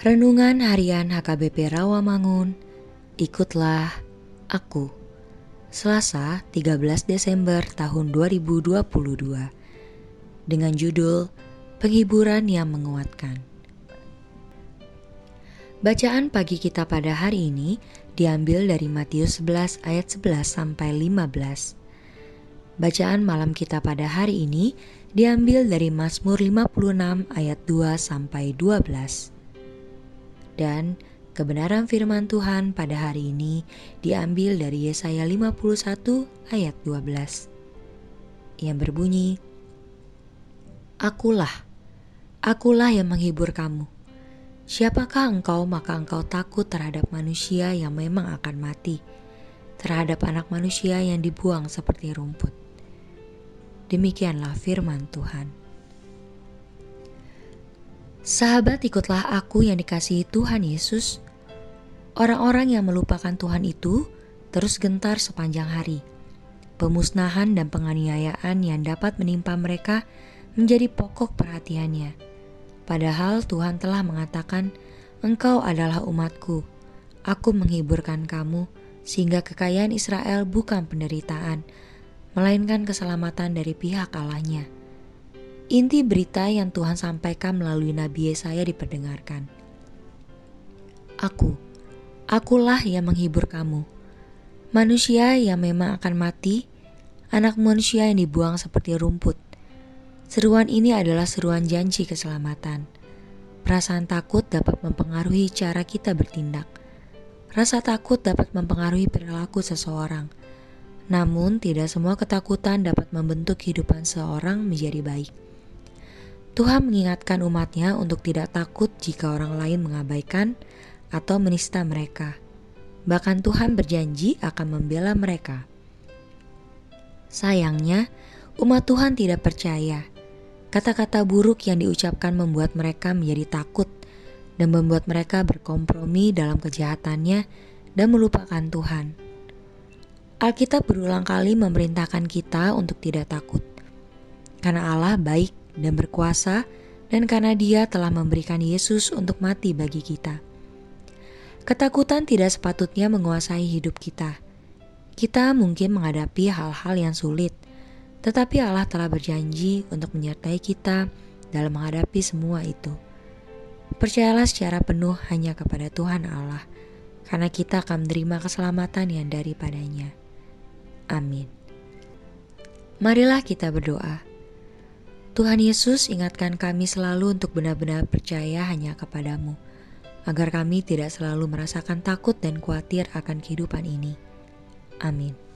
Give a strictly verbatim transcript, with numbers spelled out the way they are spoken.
Renungan Harian H K B P Rawamangun, ikutlah aku. Selasa tiga belas Desember tahun dua ribu dua puluh dua. Dengan judul Penghiburan yang Menguatkan. Bacaan pagi kita pada hari ini diambil dari Matius sebelas ayat sebelas sampai lima belas. Bacaan malam kita pada hari ini diambil dari Mazmur lima puluh enam ayat dua sampai dua belas. Dan kebenaran firman Tuhan pada hari ini diambil dari Yesaya lima puluh satu ayat dua belas yang berbunyi, Akulah, akulah yang menghibur kamu. Siapakah engkau maka engkau takut terhadap manusia yang memang akan mati, terhadap anak manusia yang dibuang seperti rumput. Demikianlah firman Tuhan. Sahabat, ikutlah aku yang dikasihi Tuhan Yesus. Orang-orang yang melupakan Tuhan itu terus gentar sepanjang hari. Pemusnahan dan penganiayaan yang dapat menimpa mereka menjadi pokok perhatiannya. Padahal Tuhan telah mengatakan, Engkau adalah umatku, aku menghiburkan kamu, sehingga kekayaan Israel bukan penderitaan, melainkan keselamatan dari pihak Allahnya. Inti berita yang Tuhan sampaikan melalui Nabi Yesaya diperdengarkan. Aku, akulah yang menghibur kamu. Manusia yang memang akan mati, anak manusia yang dibuang seperti rumput. Seruan ini adalah seruan janji keselamatan. Perasaan takut dapat mempengaruhi cara kita bertindak. Rasa takut dapat mempengaruhi perilaku seseorang. Namun tidak semua ketakutan dapat membentuk kehidupan seseorang menjadi baik. Tuhan mengingatkan umatnya untuk tidak takut jika orang lain mengabaikan atau menista mereka. Bahkan Tuhan berjanji akan membela mereka. Sayangnya, umat Tuhan tidak percaya. Kata-kata buruk yang diucapkan membuat mereka menjadi takut dan membuat mereka berkompromi dalam kejahatannya dan melupakan Tuhan. Alkitab berulang kali memerintahkan kita untuk tidak takut. Karena Allah baik dan berkuasa, dan karena Dia telah memberikan Yesus untuk mati bagi kita. Ketakutan tidak sepatutnya menguasai hidup kita. Kita mungkin menghadapi hal-hal yang sulit, tetapi Allah telah berjanji untuk menyertai kita dalam menghadapi semua itu. Percayalah secara penuh hanya kepada Tuhan Allah, karena kita akan menerima keselamatan yang daripadanya. Amin. Marilah kita berdoa. Tuhan Yesus, ingatkan kami selalu untuk benar-benar percaya hanya kepadamu, agar kami tidak selalu merasakan takut dan khawatir akan kehidupan ini. Amin.